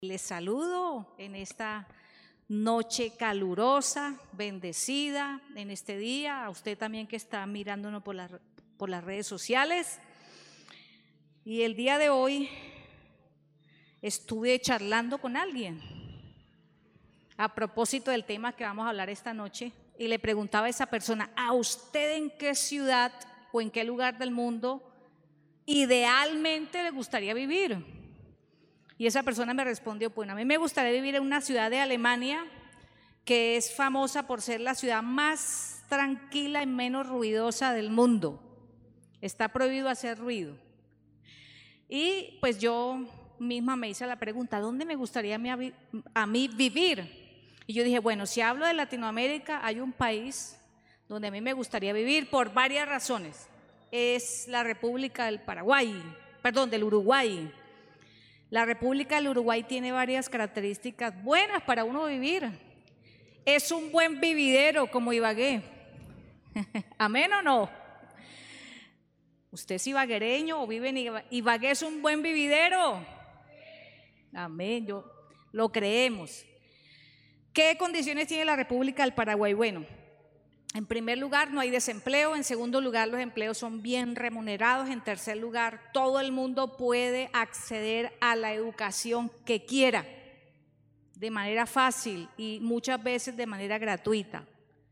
Les saludo en esta noche calurosa, bendecida, en este día, a usted también que está mirándonos por las redes sociales. Y el día de hoy estuve charlando con alguien a propósito del tema que vamos a hablar esta noche y le preguntaba a esa persona: ¿a usted en qué ciudad o en qué lugar del mundo idealmente le gustaría vivir? Y esa persona me respondió: bueno, a mí me gustaría vivir en una ciudad de Alemania que es famosa por ser la ciudad más tranquila y menos ruidosa del mundo. Está prohibido hacer ruido. Y pues yo misma me hice la pregunta: ¿dónde me gustaría a mí vivir? Y yo dije, bueno, si hablo de Latinoamérica, hay un país donde a mí me gustaría vivir por varias razones. Es la República del del Uruguay. La República del Uruguay tiene varias características buenas para uno vivir. Es un buen vividero como Ibagué. ¿Amén o no? ¿Usted es ibaguereño o vive en Ibagué? ¿Es un buen vividero? Amén, lo creemos. ¿Qué condiciones tiene la República del Paraguay? Bueno, en primer lugar, no hay desempleo. En segundo lugar, los empleos son bien remunerados. En tercer lugar, todo el mundo puede acceder a la educación que quiera de manera fácil y muchas veces de manera gratuita.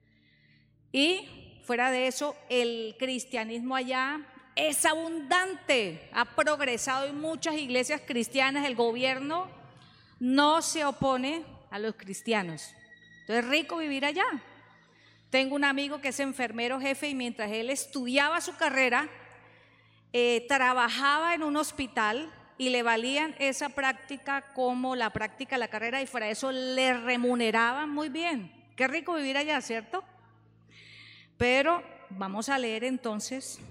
Y fuera de eso, el cristianismo allá es abundante, ha progresado en muchas iglesias cristianas. El gobierno no se opone a los cristianos. Entonces es rico vivir allá. Tengo un amigo que es enfermero jefe y mientras él estudiaba su carrera, trabajaba en un hospital y le valían esa práctica como la práctica de la carrera y fuera de eso le remuneraban muy bien. Qué rico vivir allá, ¿cierto? Pero vamos a leer entonces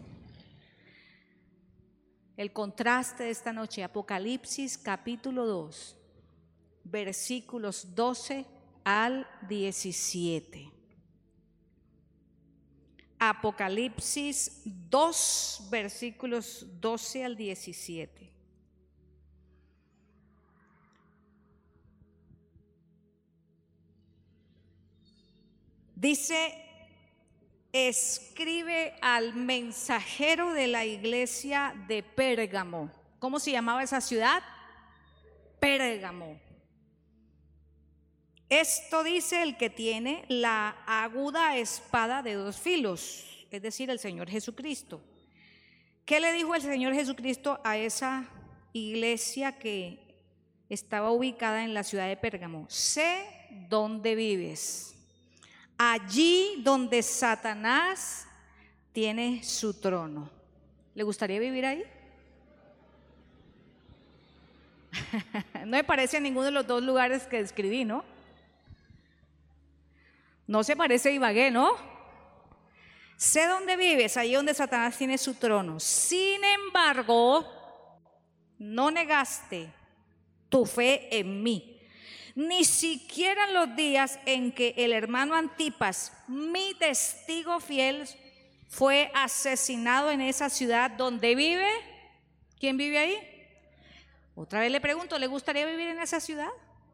el contraste de esta noche. Apocalipsis capítulo 2, versículos 12 al 17. Apocalipsis 2, versículos 12 al 17. Dice: escribe al mensajero de la iglesia de Pérgamo. ¿Cómo se llamaba esa ciudad? Pérgamo. Esto dice el que tiene la aguda espada de dos filos, es decir, el Señor Jesucristo. ¿Qué le dijo el Señor Jesucristo a esa iglesia que estaba ubicada en la ciudad de Pérgamo? Sé dónde vives, allí donde Satanás tiene su trono. ¿Le gustaría vivir ahí? No me parece a ninguno de los dos lugares que describí, ¿no? No se parece a Ibagué, ¿no? Sé dónde vives, allí donde Satanás tiene su trono. Sin embargo, no negaste tu fe en mí, ni siquiera en los días en que el hermano Antipas, mi testigo fiel, fue asesinado en esa ciudad donde vive. ¿Quién vive ahí? Otra vez le pregunto, ¿le gustaría vivir en esa ciudad?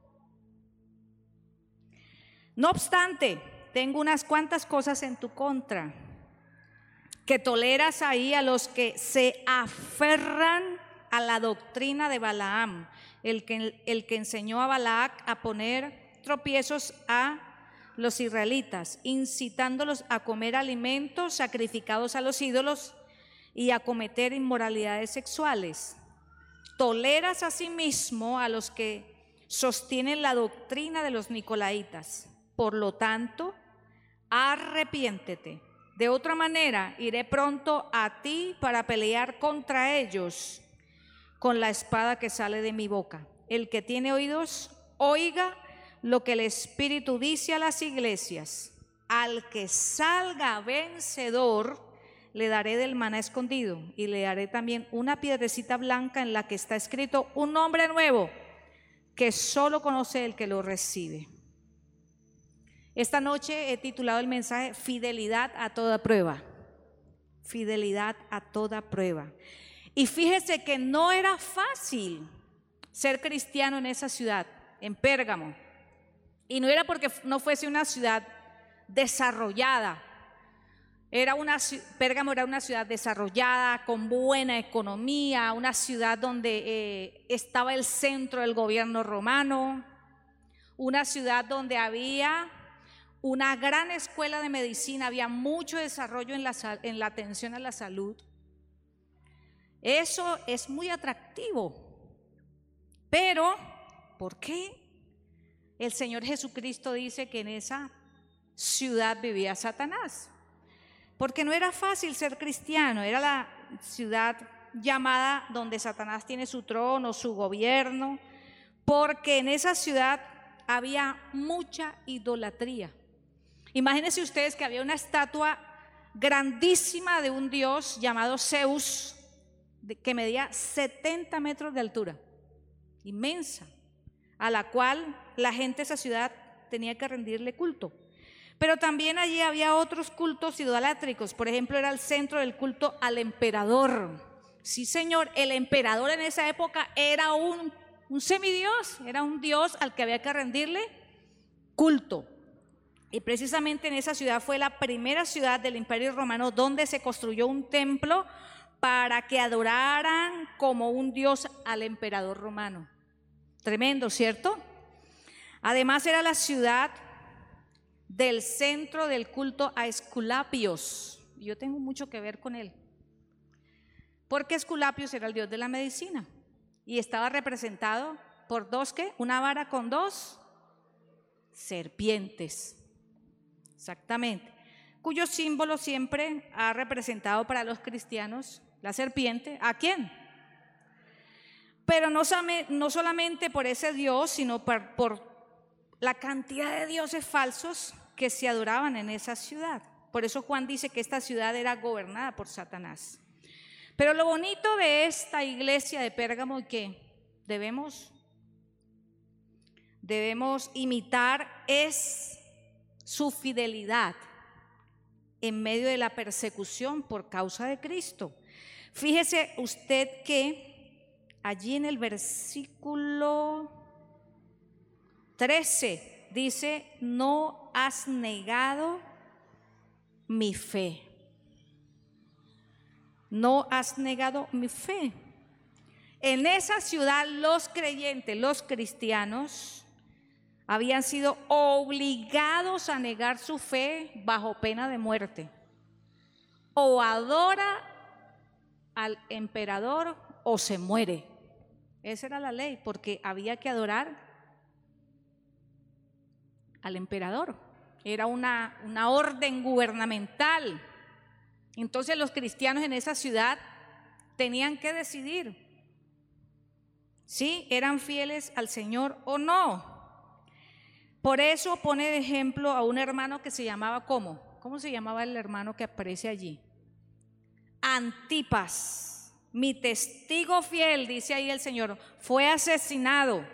No obstante, tengo unas cuantas cosas en tu contra, que toleras ahí a los que se aferran a la doctrina de Balaam, el que enseñó a Balac a poner tropiezos a los israelitas, incitándolos a comer alimentos sacrificados a los ídolos y a cometer inmoralidades sexuales. Toleras asimismo a los que sostienen la doctrina de los nicolaitas. Por lo tanto, arrepiéntete. De otra manera, iré pronto a ti para pelear contra ellos con la espada que sale de mi boca. El que tiene oídos, oiga lo que el Espíritu dice a las iglesias. Al que salga vencedor, le daré del maná escondido y le daré también una piedrecita blanca en la que está escrito un nombre nuevo que solo conoce el que lo recibe. Esta noche he titulado el mensaje Fidelidad a toda prueba. Fidelidad a toda prueba. Y fíjese que no era fácil ser cristiano en esa ciudad, en Pérgamo. Y no era porque no fuese una ciudad desarrollada. Pérgamo era una ciudad desarrollada, con buena economía, una ciudad donde estaba el centro del gobierno romano, una ciudad donde había una gran escuela de medicina, había mucho desarrollo en la atención a la salud. Eso es muy atractivo. Pero, ¿por qué el Señor Jesucristo dice que en esa ciudad vivía Satanás? Porque no era fácil ser cristiano, era la ciudad llamada donde Satanás tiene su trono, su gobierno, porque en esa ciudad había mucha idolatría. Imagínense ustedes que había una estatua grandísima de un dios llamado Zeus, que medía 70 metros de altura, inmensa, a la cual la gente de esa ciudad tenía que rendirle culto. Pero también allí había otros cultos idolátricos. Por ejemplo, era el centro del culto al emperador. Sí, señor, el emperador en esa época era un semidios, era un dios al que había que rendirle culto. Y precisamente en esa ciudad fue la primera ciudad del Imperio Romano donde se construyó un templo para que adoraran como un dios al emperador romano. Tremendo, ¿cierto? Además era la ciudad del centro del culto a Esculapios. Yo tengo mucho que ver con él, porque Esculapios era el dios de la medicina y estaba representado por una vara con dos serpientes, exactamente, cuyo símbolo siempre ha representado para los cristianos la serpiente. ¿A quién? Pero no solamente por ese dios, sino por la cantidad de dioses falsos que se adoraban en esa ciudad. Por eso Juan dice que esta ciudad era gobernada por Satanás. Pero lo bonito de esta iglesia de Pérgamo y que debemos imitar es su fidelidad en medio de la persecución por causa de Cristo. Fíjese usted que allí en el versículo 13 dice: no has negado mi fe. No has negado mi fe. En esa ciudad los creyentes, los cristianos, habían sido obligados a negar su fe bajo pena de muerte. O adora al emperador o se muere. Esa era la ley, porque había que adorar al emperador. Era una orden gubernamental. Entonces los cristianos en esa ciudad tenían que decidir si eran fieles al Señor o no. Por eso pone de ejemplo a un hermano que se llamaba ¿cómo se llamaba el hermano que aparece allí? Antipas, mi testigo fiel, dice ahí el Señor, fue asesinado.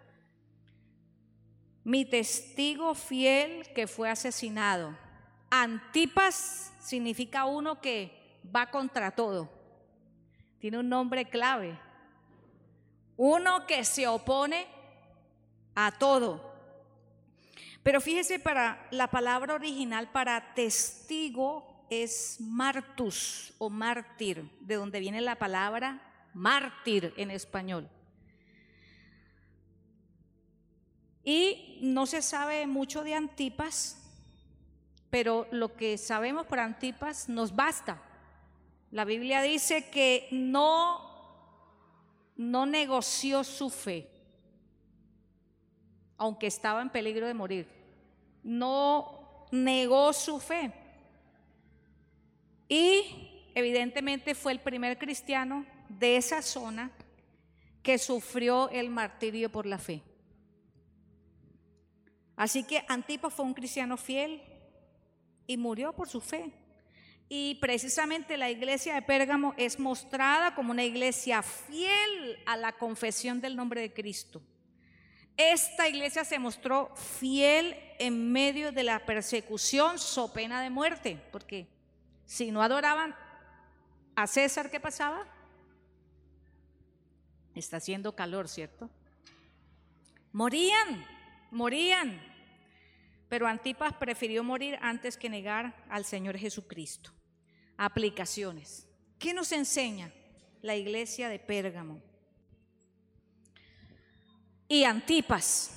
Mi testigo fiel que fue asesinado. Antipas significa uno que va contra todo. Tiene un nombre clave. Uno que se opone a todo. Pero fíjese, para la palabra original para testigo es martus o mártir, de donde viene la palabra mártir en español. Y no se sabe mucho de Antipas, pero lo que sabemos por Antipas nos basta. La Biblia dice que no negoció su fe, aunque estaba en peligro de morir. No negó su fe. Y evidentemente fue el primer cristiano de esa zona que sufrió el martirio por la fe. Así que Antipas fue un cristiano fiel y murió por su fe. Y precisamente la iglesia de Pérgamo es mostrada como una iglesia fiel a la confesión del nombre de Cristo. Esta iglesia se mostró fiel en medio de la persecución, so pena de muerte, porque si no adoraban a César, ¿qué pasaba? Está haciendo calor, ¿cierto? Morían. Pero Antipas prefirió morir antes que negar al Señor Jesucristo. Aplicaciones. ¿Qué nos enseña la iglesia de Pérgamo? Y Antipas,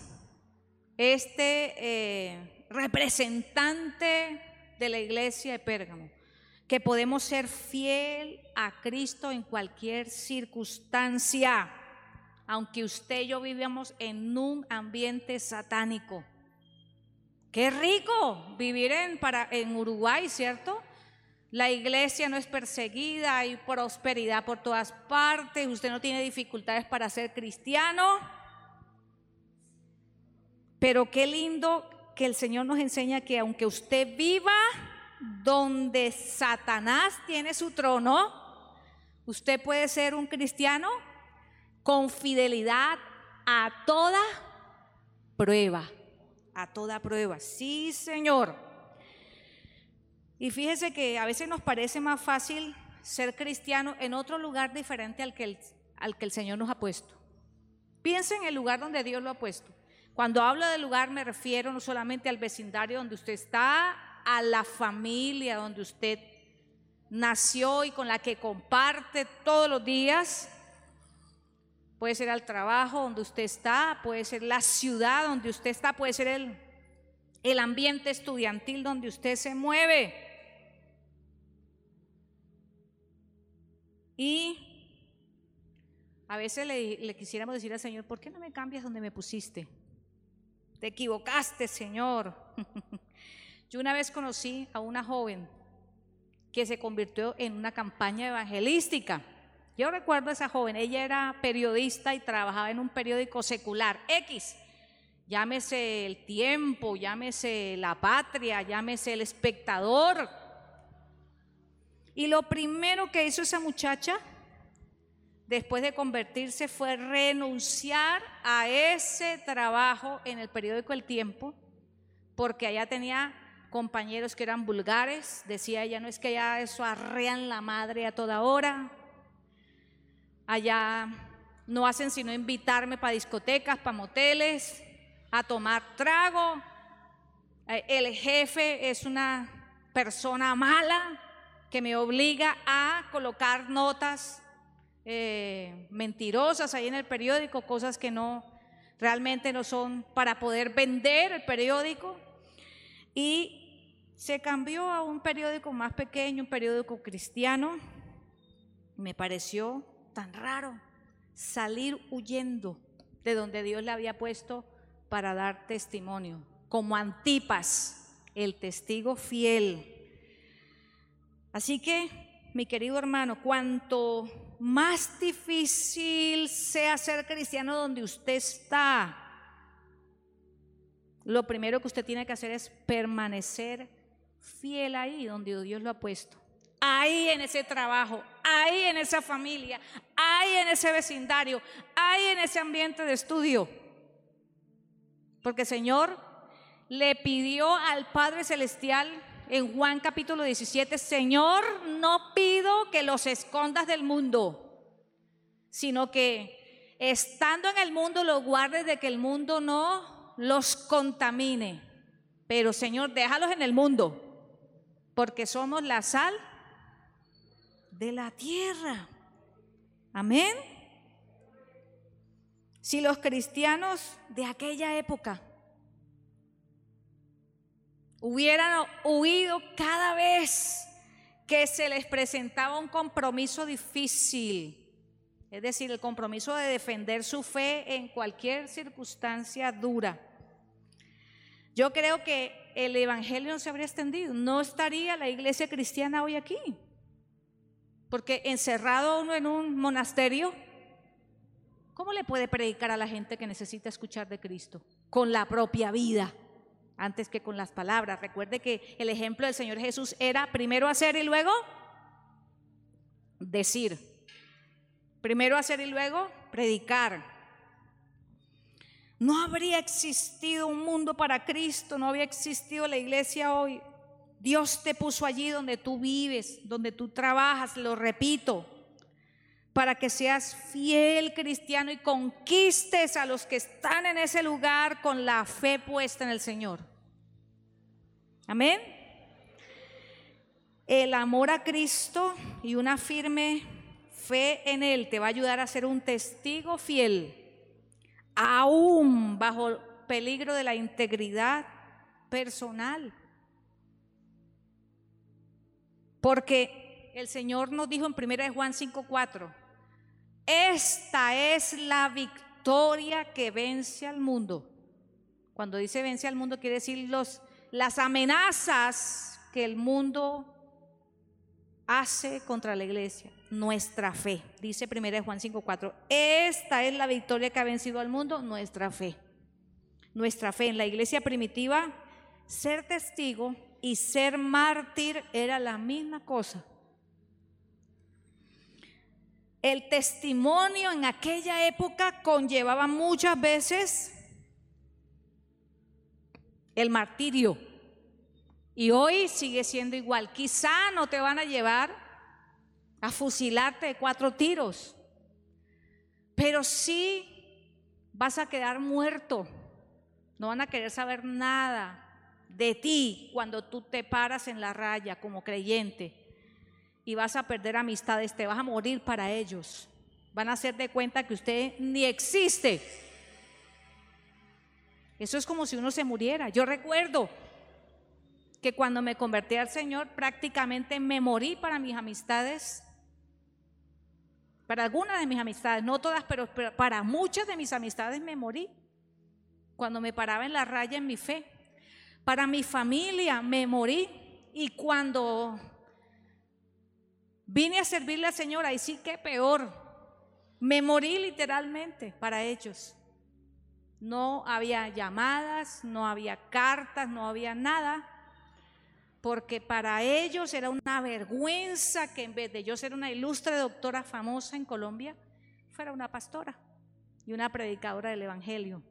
representante de la iglesia de Pérgamo, que podemos ser fiel a Cristo en cualquier circunstancia, aunque usted y yo vivamos en un ambiente satánico. Qué rico vivir en Uruguay, ¿cierto? La iglesia no es perseguida, hay prosperidad por todas partes, usted no tiene dificultades para ser cristiano. Pero qué lindo que el Señor nos enseña que aunque usted viva donde Satanás tiene su trono, usted puede ser un cristiano con fidelidad a toda prueba. A toda prueba, sí, Señor. Y fíjese que a veces nos parece más fácil ser cristiano en otro lugar diferente al que el Señor nos ha puesto. Piensa en el lugar donde Dios lo ha puesto. Cuando hablo de lugar me refiero no solamente al vecindario donde usted está, a la familia donde usted nació y con la que comparte todos los días. Puede ser al trabajo donde usted está, puede ser la ciudad donde usted está, puede ser el ambiente estudiantil donde usted se mueve. Y a veces le quisiéramos decir al Señor, ¿por qué no me cambias donde me pusiste? Te equivocaste, Señor. Yo una vez conocí a una joven que se convirtió en una campaña evangelística. Yo recuerdo a esa joven, ella era periodista y trabajaba en un periódico secular, X, llámese El Tiempo, llámese La Patria, llámese El Espectador. Y lo primero que hizo esa muchacha, después de convertirse, fue renunciar a ese trabajo en el periódico El Tiempo, porque allá tenía compañeros que eran vulgares. Decía ella, no es que allá eso arrean la madre a toda hora. Allá no hacen sino invitarme para discotecas, para moteles, a tomar trago. El jefe es una persona mala que me obliga a colocar notas mentirosas ahí en el periódico, cosas que realmente no son para poder vender el periódico. Y se cambió a un periódico más pequeño, un periódico cristiano. Me pareció tan raro salir huyendo de donde Dios le había puesto para dar testimonio, como Antipas, el testigo fiel. Así que, mi querido hermano, cuanto más difícil sea ser cristiano donde usted está, lo primero que usted tiene que hacer es permanecer fiel ahí donde Dios lo ha puesto. Ahí en ese trabajo, ahí en esa familia, ahí en ese vecindario, ahí en ese ambiente de estudio. Porque el Señor le pidió al Padre Celestial en Juan capítulo 17, Señor, no pido que los escondas del mundo, sino que estando en el mundo los guardes de que el mundo no los contamine. Pero Señor, déjalos en el mundo, porque somos la sal de la tierra. Amén. Si los cristianos de aquella época hubieran huido cada vez que se les presentaba un compromiso difícil, es decir, el compromiso de defender su fe en cualquier circunstancia dura, yo creo que el evangelio no se habría extendido, no estaría la iglesia cristiana hoy aquí. Porque encerrado uno en un monasterio, ¿cómo le puede predicar a la gente que necesita escuchar de Cristo? Con la propia vida, antes que con las palabras. Recuerde que el ejemplo del Señor Jesús era primero hacer y luego decir. Primero hacer y luego predicar. No habría existido un mundo para Cristo, no habría existido la iglesia hoy. Dios te puso allí donde tú vives, donde tú trabajas, lo repito. para que seas fiel cristiano y conquistes a los que están en ese lugar con la fe puesta en el Señor. Amén. El amor a Cristo y una firme fe en Él te va a ayudar a ser un testigo fiel, aún bajo peligro de la integridad personal. Porque el Señor nos dijo en 1 Juan 5:4, esta es la victoria que vence al mundo. Cuando dice vence al mundo, quiere decir las amenazas que el mundo hace contra la iglesia. Nuestra fe, dice 1 Juan 5:4, esta es la victoria que ha vencido al mundo, nuestra fe. Nuestra fe en la iglesia primitiva, ser testigo y ser mártir era la misma cosa. El testimonio en aquella época conllevaba muchas veces el martirio, y hoy sigue siendo igual. Quizá no te van a llevar a fusilarte de 4 tiros, pero sí vas a quedar muerto. No van a querer saber nada de ti cuando tú te paras en la raya como creyente, y vas a perder amistades, te vas a morir para ellos. Van a hacer de cuenta que usted ni existe. Eso es como si uno se muriera. Yo recuerdo que cuando me convertí al Señor prácticamente me morí para mis amistades, para algunas de mis amistades, no todas, pero para muchas de mis amistades me morí cuando me paraba en la raya en mi fe. Para mi familia me morí, y cuando vine a servirle al Señor, ahí sí que peor, me morí literalmente para ellos. No había llamadas, no había cartas, no había nada, porque para ellos era una vergüenza que en vez de yo ser una ilustre doctora famosa en Colombia, fuera una pastora y una predicadora del Evangelio.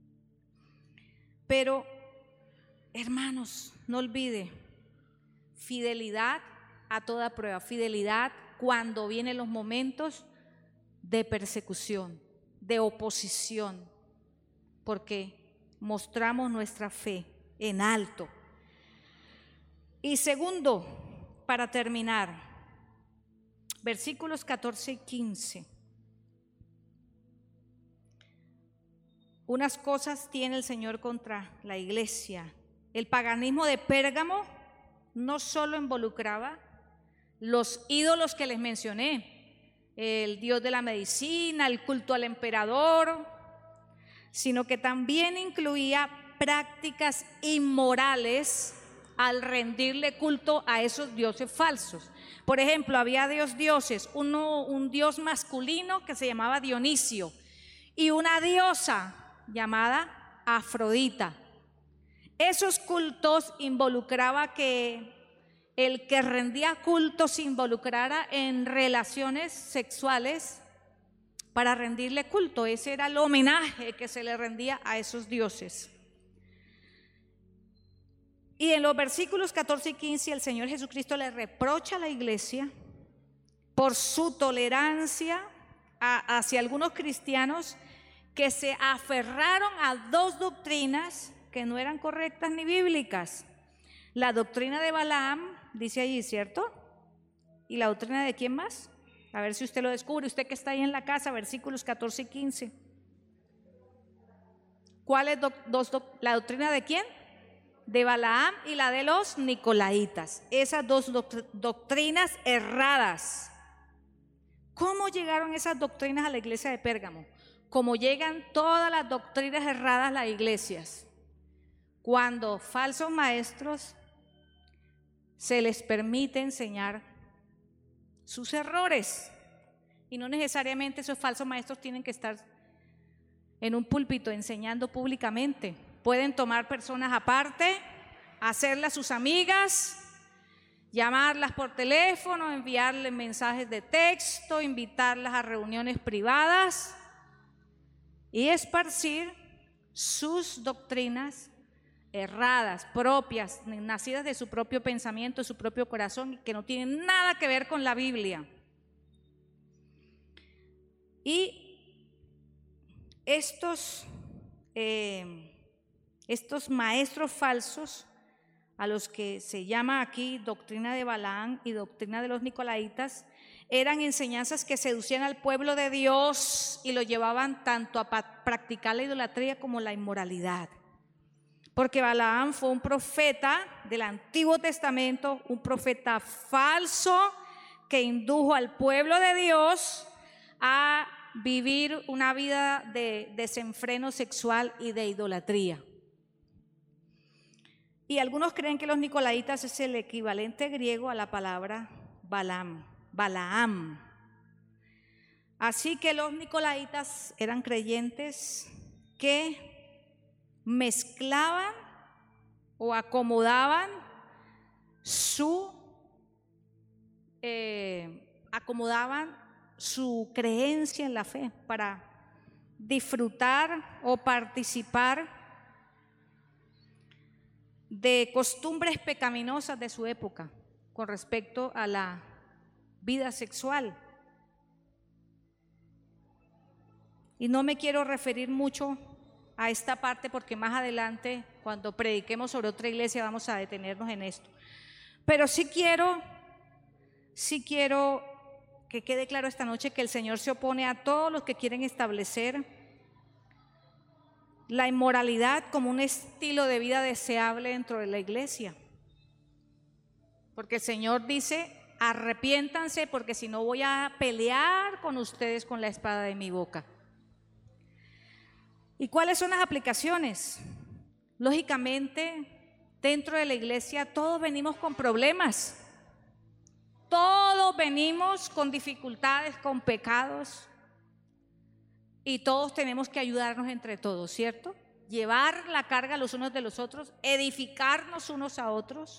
Pero, hermanos, no olvide, fidelidad a toda prueba, fidelidad cuando vienen los momentos de persecución, de oposición, porque mostramos nuestra fe en alto. Y segundo, para terminar, versículos 14 y 15. Unas cosas tiene el Señor contra la iglesia. El paganismo de Pérgamo no solo involucraba los ídolos que les mencioné, el dios de la medicina, el culto al emperador, sino que también incluía prácticas inmorales al rendirle culto a esos dioses falsos. Por ejemplo, había dioses, un dios masculino que se llamaba Dionisio y una diosa llamada Afrodita. Esos cultos involucraba que el que rendía culto se involucrara en relaciones sexuales para rendirle culto. Ese era el homenaje que se le rendía a esos dioses. Y en los versículos 14 y 15 el Señor Jesucristo le reprocha a la iglesia por su tolerancia hacia algunos cristianos que se aferraron a 2 doctrinas que no eran correctas ni bíblicas. La doctrina de Balaam, dice allí, ¿cierto? ¿Y la doctrina de quién más? A ver si usted lo descubre, usted que está ahí en la casa, versículos 14 y 15. ¿Cuál es la doctrina de quién? De Balaam y la de los Nicolaitas. Esas 2 doctrinas erradas. ¿Cómo llegaron esas doctrinas a la iglesia de Pérgamo? Como llegan todas las doctrinas erradas a las iglesias. Cuando falsos maestros se les permite enseñar sus errores, y no necesariamente esos falsos maestros tienen que estar en un púlpito enseñando públicamente. Pueden tomar personas aparte, hacerlas sus amigas, llamarlas por teléfono, enviarles mensajes de texto, invitarlas a reuniones privadas y esparcir sus doctrinas erradas, propias, nacidas de su propio pensamiento, de su propio corazón, y que no tienen nada que ver con la Biblia. Y estos maestros falsos, a los que se llama aquí doctrina de Balaam y doctrina de los Nicolaitas, eran enseñanzas que seducían al pueblo de Dios y lo llevaban tanto a practicar la idolatría como la inmoralidad. Porque Balaam fue un profeta del Antiguo Testamento, un profeta falso que indujo al pueblo de Dios a vivir una vida de desenfreno sexual y de idolatría. Y algunos creen que los Nicolaitas es el equivalente griego a la palabra Balaam. Así que los Nicolaitas eran creyentes que mezclaban o acomodaban su creencia en la fe para disfrutar o participar de costumbres pecaminosas de su época con respecto a la vida sexual. Y no me quiero referir mucho a esta parte porque más adelante, cuando prediquemos sobre otra iglesia, vamos a detenernos en esto. Pero sí quiero que quede claro esta noche que el Señor se opone a todos los que quieren establecer la inmoralidad como un estilo de vida deseable dentro de la iglesia. Porque el Señor dice: arrepiéntanse, porque si no voy a pelear con ustedes con la espada de mi boca. ¿Y cuáles son las aplicaciones? Lógicamente, dentro de la iglesia todos venimos con problemas, todos venimos con dificultades, con pecados, y todos tenemos que ayudarnos entre todos, ¿cierto? Llevar la carga los unos de los otros, edificarnos unos a otros.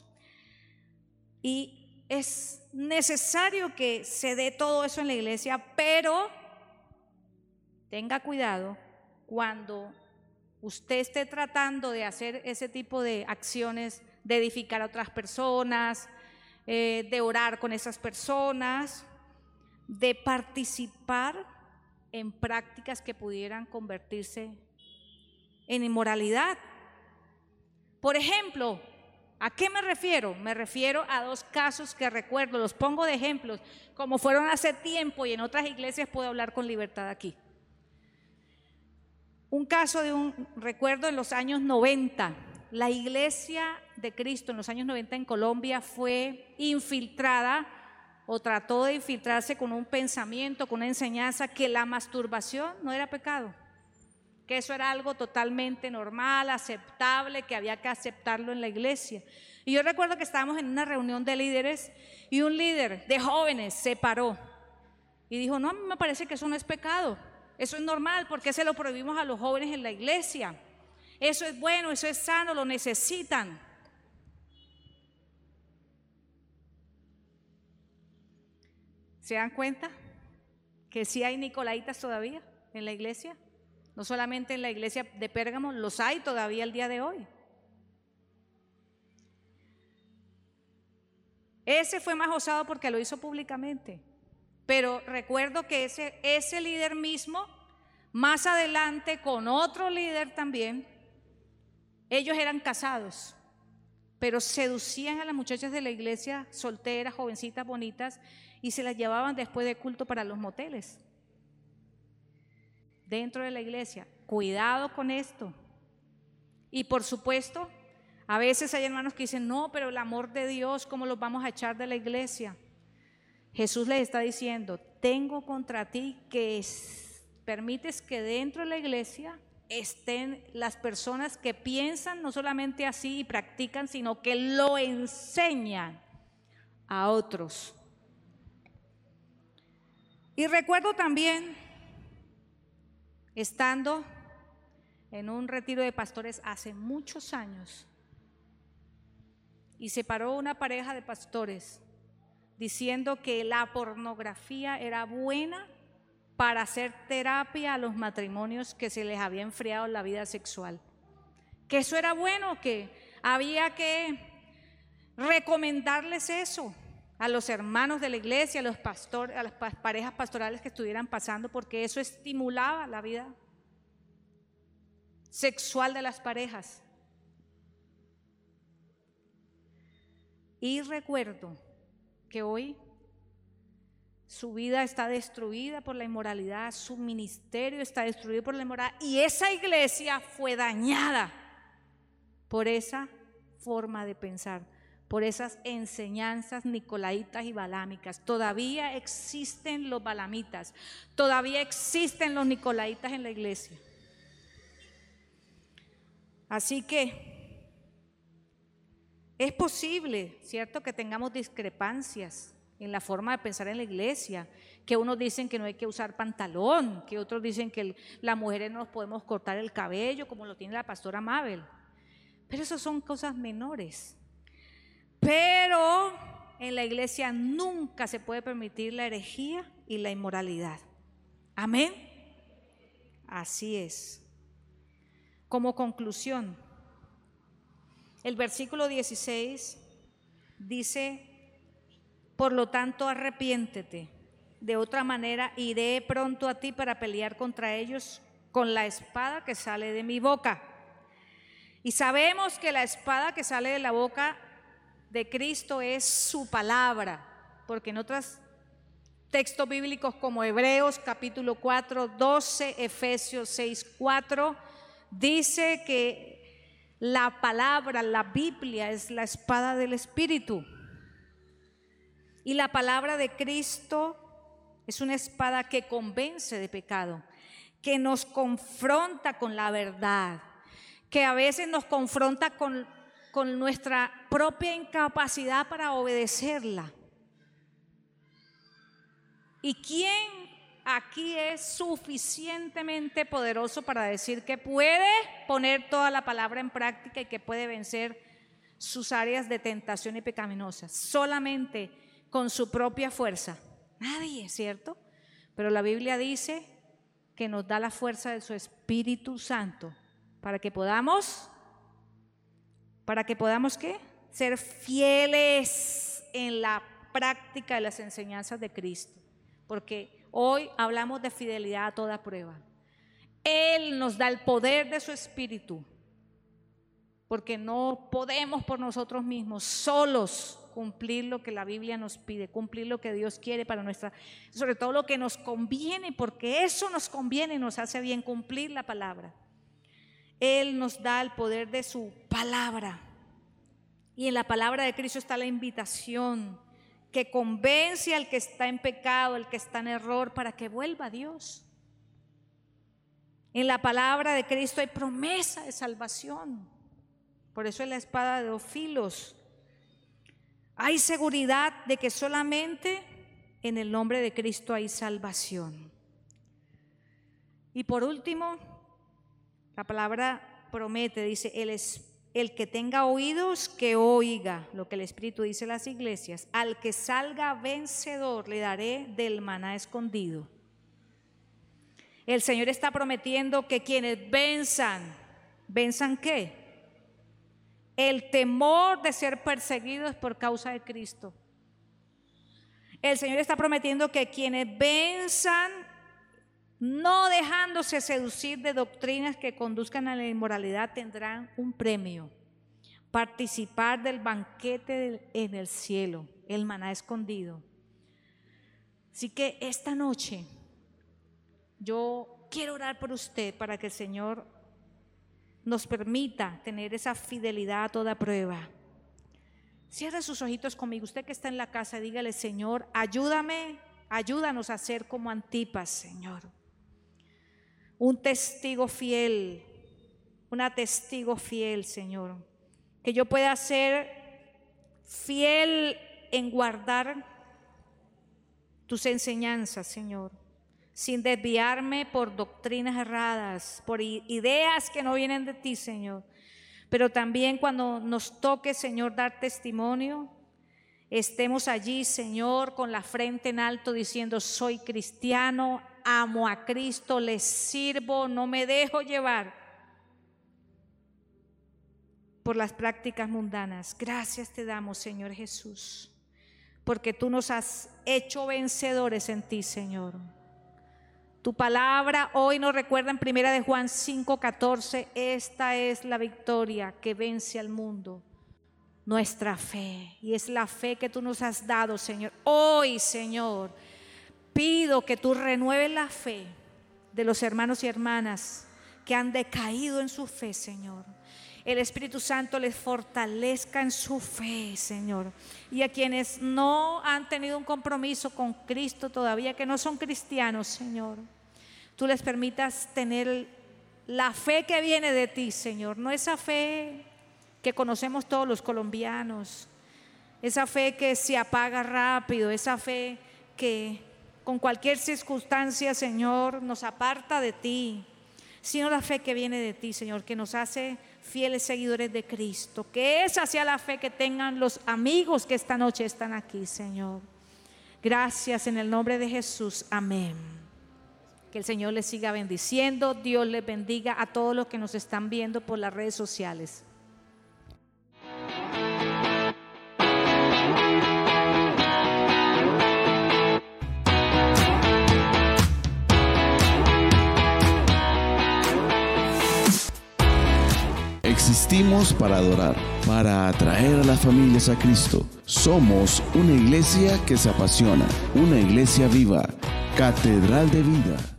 Y es necesario que se dé todo eso en la iglesia, pero tenga cuidado cuando usted esté tratando de hacer ese tipo de acciones, de edificar a otras personas, de orar con esas personas, de participar en prácticas que pudieran convertirse en inmoralidad. Por ejemplo, ¿a qué me refiero? Me refiero a dos casos que recuerdo, los pongo de ejemplos, como fueron hace tiempo y en otras iglesias puedo hablar con libertad aquí. Un caso recuerdo en los años 90, la Iglesia de Cristo en los años 90 en Colombia fue infiltrada o trató de infiltrarse con un pensamiento, con una enseñanza que la masturbación no era pecado, que eso era algo totalmente normal, aceptable, que había que aceptarlo en la iglesia. Y yo recuerdo que estábamos en una reunión de líderes y un líder de jóvenes se paró y dijo: no, a mí me parece que eso no es pecado, eso es normal, ¿por qué se lo prohibimos a los jóvenes en la iglesia? Eso es bueno, eso es sano, lo necesitan. ¿Se dan cuenta que sí hay nicolaitas todavía en la iglesia? No solamente en la iglesia de Pérgamo, los hay todavía el día de hoy. Ese fue más osado porque lo hizo públicamente. Pero recuerdo que ese líder mismo, más adelante con otro líder también, ellos eran casados, pero seducían a las muchachas de la iglesia, solteras, jovencitas, bonitas, y se las llevaban después de culto para los moteles dentro de la iglesia. Cuidado con esto. Y por supuesto, a veces hay hermanos que dicen: no, pero el amor de Dios, ¿cómo los vamos a echar de la iglesia? Jesús les está diciendo: tengo contra ti que permites que dentro de la iglesia estén las personas que piensan no solamente así y practican, sino que lo enseñan a otros. Y recuerdo también, estando en un retiro de pastores hace muchos años, y se paró una pareja de pastores diciendo que la pornografía era buena para hacer terapia a los matrimonios que se les había enfriado la vida sexual, que eso era bueno, que había que recomendarles eso a los hermanos de la iglesia, a los pastores, a las parejas pastorales que estuvieran pasando, porque eso estimulaba la vida sexual de las parejas. Y recuerdo que hoy su vida está destruida por la inmoralidad, su ministerio está destruido por la inmoralidad, y esa iglesia fue dañada por esa forma de pensar, por esas enseñanzas nicolaitas y balámicas. Todavía existen los balamitas, todavía existen los nicolaitas en la iglesia. Así que es posible, ¿cierto?, que tengamos discrepancias en la forma de pensar en la iglesia, que unos dicen que no hay que usar pantalón, que otros dicen que las mujeres no nos podemos cortar el cabello como lo tiene la pastora Mabel, pero esas son cosas menores. Pero en la iglesia nunca se puede permitir la herejía y la inmoralidad. Amén. Así es. Como conclusión, el versículo 16 dice: por lo tanto, arrepiéntete, de otra manera iré pronto a ti para pelear contra ellos con la espada que sale de mi boca. Y sabemos que la espada que sale de la boca de Cristo es su palabra, porque en otros textos bíblicos como Hebreos capítulo 4, 12, Efesios 6, 4, dice que la palabra, la Biblia, es la espada del Espíritu. Y la palabra de Cristo es una espada que convence de pecado, que nos confronta con la verdad, que a veces nos confronta con nuestra propia incapacidad para obedecerla. ¿Y quién aquí es suficientemente poderoso para decir que puede poner toda la palabra en práctica y que puede vencer sus áreas de tentación y pecaminosas? Solamente con su propia fuerza. Nadie, ¿cierto? Pero la Biblia dice que nos da la fuerza de su Espíritu Santo para que podamos ¿qué? Ser fieles en la práctica de las enseñanzas de Cristo. Porque hoy hablamos de fidelidad a toda prueba. Él nos da el poder de su Espíritu, porque no podemos por nosotros mismos solos cumplir lo que la Biblia nos pide, cumplir lo que Dios quiere para sobre todo lo que nos conviene, porque eso nos conviene, nos hace bien cumplir la palabra. Él nos da el poder de su palabra, y en la palabra de Cristo está la invitación que convence al que está en pecado, al que está en error, para que vuelva a Dios. En la palabra de Cristo hay promesa de salvación. Por eso es la espada de dos filos. Hay seguridad de que solamente en el nombre de Cristo hay salvación. Y por último, la palabra promete, dice: el que tenga oídos, que oiga lo que el Espíritu dice a las iglesias. Al que salga vencedor le daré del maná escondido. El Señor está prometiendo que quienes ¿venzan qué? El temor de ser perseguidos por causa de Cristo. El Señor está prometiendo que quienes venzan, no dejándose seducir de doctrinas que conduzcan a la inmoralidad, tendrán un premio: participar del banquete en el cielo, el maná escondido. Así que esta noche yo quiero orar por usted para que el Señor nos permita tener esa fidelidad a toda prueba. Cierre sus ojitos conmigo. Usted que está en la casa, dígale: Señor, ayúdanos a ser como Antipas, Señor. Un testigo fiel, una testigo fiel, Señor. Que yo pueda ser fiel en guardar tus enseñanzas, Señor, sin desviarme por doctrinas erradas, por ideas que no vienen de ti, Señor. Pero también cuando nos toque, Señor, dar testimonio, estemos allí, Señor, con la frente en alto, diciendo: soy cristiano, amo a Cristo, le sirvo, no me dejo llevar por las prácticas mundanas. Gracias te damos, Señor Jesús, porque tú nos has hecho vencedores en ti, Señor. Tu palabra hoy nos recuerda en 1 de Juan 5:14, esta es la victoria que vence al mundo, nuestra fe. Y es la fe que tú nos has dado, Señor. Hoy, Señor, pido que tú renueves la fe de los hermanos y hermanas que han decaído en su fe, Señor. El Espíritu Santo les fortalezca en su fe, Señor. Y a quienes no han tenido un compromiso con Cristo todavía, que no son cristianos, Señor, tú les permitas tener la fe que viene de ti, Señor. No esa fe que conocemos todos los colombianos, esa fe que se apaga rápido, esa fe que con cualquier circunstancia, Señor, nos aparta de ti, sino la fe que viene de ti, Señor, que nos hace fieles seguidores de Cristo. Que esa sea la fe que tengan los amigos que esta noche están aquí, Señor. Gracias en el nombre de Jesús, amén. Que el Señor les siga bendiciendo. Dios les bendiga a todos los que nos están viendo por las redes sociales. Existimos para adorar, para atraer a las familias a Cristo. Somos una iglesia que se apasiona, una iglesia viva, Catedral de Vida.